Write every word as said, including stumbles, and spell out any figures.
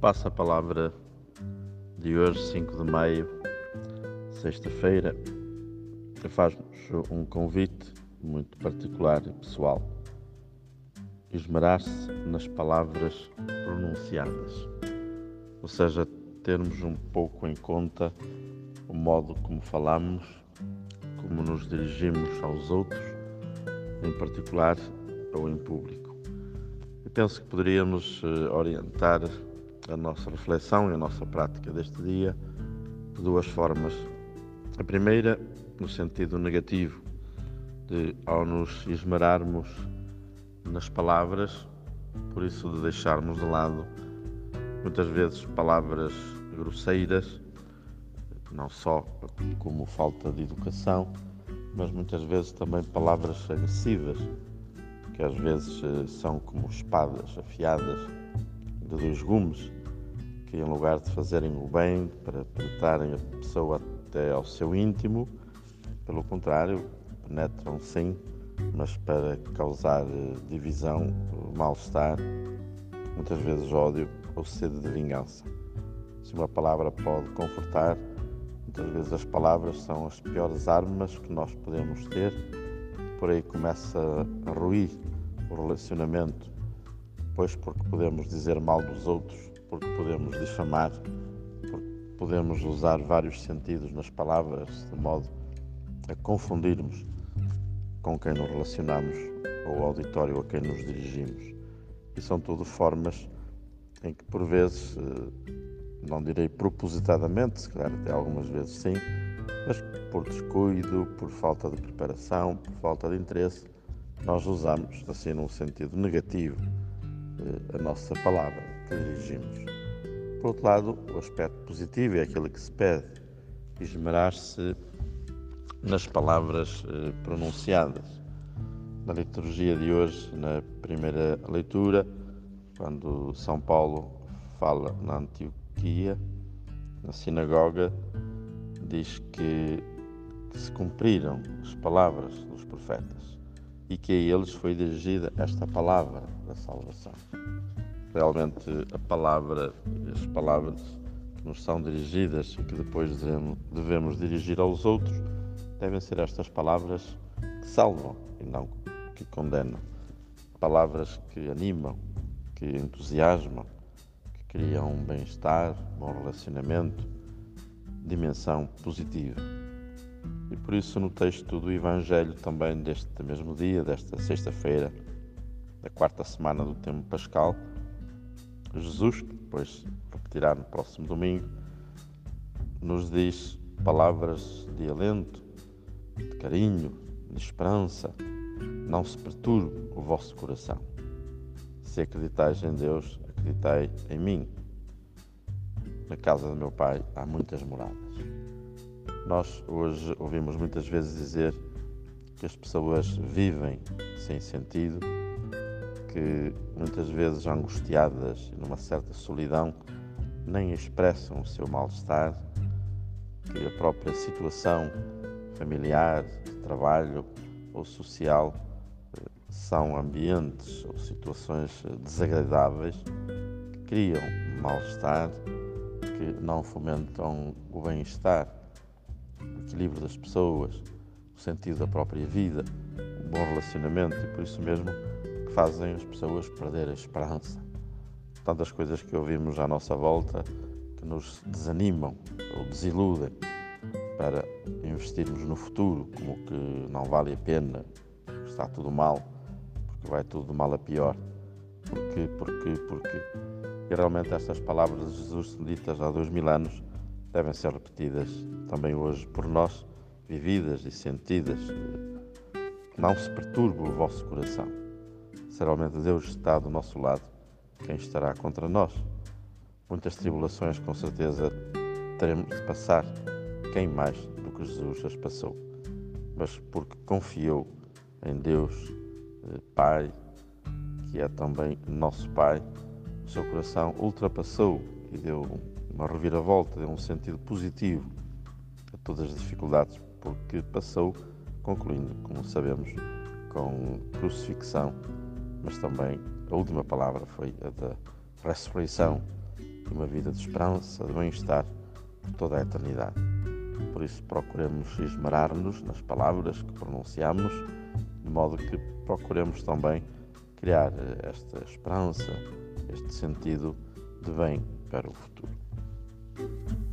Passa a palavra de hoje, cinco de maio, sexta-feira, que faz-nos um convite muito particular e pessoal: esmerar-se nas palavras pronunciadas, ou seja, termos um pouco em conta o modo como falamos, como nos dirigimos aos outros, em particular ou em público. Eu penso que poderíamos orientar a nossa reflexão e a nossa prática deste dia de duas formas. A primeira, no sentido negativo, de ao nos esmerarmos nas palavras, por isso de deixarmos de lado muitas vezes palavras grosseiras, não só como falta de educação, mas muitas vezes também palavras agressivas, que às vezes são como espadas afiadas de dois gumes, que em lugar de fazerem o bem para penetrarem a pessoa até ao seu íntimo, pelo contrário, penetram sim, mas para causar divisão, mal-estar, muitas vezes ódio ou sede de vingança. Se uma palavra pode confortar, muitas vezes as palavras são as piores armas que nós podemos ter. Por aí começa a ruir o relacionamento, pois porque podemos dizer mal dos outros, porque podemos difamar, porque podemos usar vários sentidos nas palavras, de modo a confundirmos com quem nos relacionamos ou o auditório a quem nos dirigimos. E são tudo formas em que, por vezes, não direi propositadamente, se calhar até algumas vezes sim, mas por descuido, por falta de preparação, por falta de interesse, nós usamos, assim, num sentido negativo, a nossa palavra que dirigimos. Por outro lado, o aspecto positivo é aquele que se pede: esmerar-se nas palavras eh, pronunciadas. Na liturgia de hoje, na primeira leitura, quando São Paulo fala na Antioquia, na sinagoga, diz que, que se cumpriram as palavras dos profetas e que a eles foi dirigida esta palavra da salvação. Realmente a palavra, as palavras que nos são dirigidas e que depois devemos, devemos dirigir aos outros, devem ser estas palavras que salvam e não que condenam. Palavras que animam, que entusiasmam, que criam um bem-estar, bom relacionamento, dimensão positiva. E por isso, no texto do Evangelho também deste mesmo dia, desta sexta-feira, da quarta semana do tempo pascal, Jesus, que depois repetirá no próximo domingo, nos diz palavras de alento, de carinho, de esperança. Não se perturbe o vosso coração. Se acreditais em Deus, acreditai em mim. Na casa do meu Pai há muitas moradas. Nós hoje ouvimos muitas vezes dizer que as pessoas vivem sem sentido, que muitas vezes angustiadas e numa certa solidão nem expressam o seu mal-estar, que a própria situação familiar, de trabalho ou social são ambientes ou situações desagradáveis que criam mal-estar, que não fomentam o bem-estar, o equilíbrio das pessoas, o sentido da própria vida, um bom relacionamento, e por isso mesmo que fazem as pessoas perder a esperança. Tantas coisas que ouvimos à nossa volta que nos desanimam ou desiludem para investirmos no futuro, como que não vale a pena, está tudo mal, porque vai tudo de mal a pior. Porquê? Porquê? Porquê? E realmente estas palavras de Jesus ditas há dois mil anos devem ser repetidas também hoje por nós, vividas e sentidas. Não se perturbe o vosso coração. Se realmente Deus está do nosso lado, quem estará contra nós? Muitas tribulações, com certeza, teremos de passar. Quem mais do que Jesus as passou? Mas porque confiou em Deus, Pai, que é também nosso Pai, o seu coração ultrapassou e deu uma reviravolta, deu um sentido positivo a todas as dificuldades, porque passou, concluindo, como sabemos, com crucifixão, mas também a última palavra foi a da ressurreição, e uma vida de esperança, de bem-estar por toda a eternidade. Por isso procuremos esmerar-nos nas palavras que pronunciamos, de modo que procuremos também criar esta esperança, este sentido de bem para o futuro.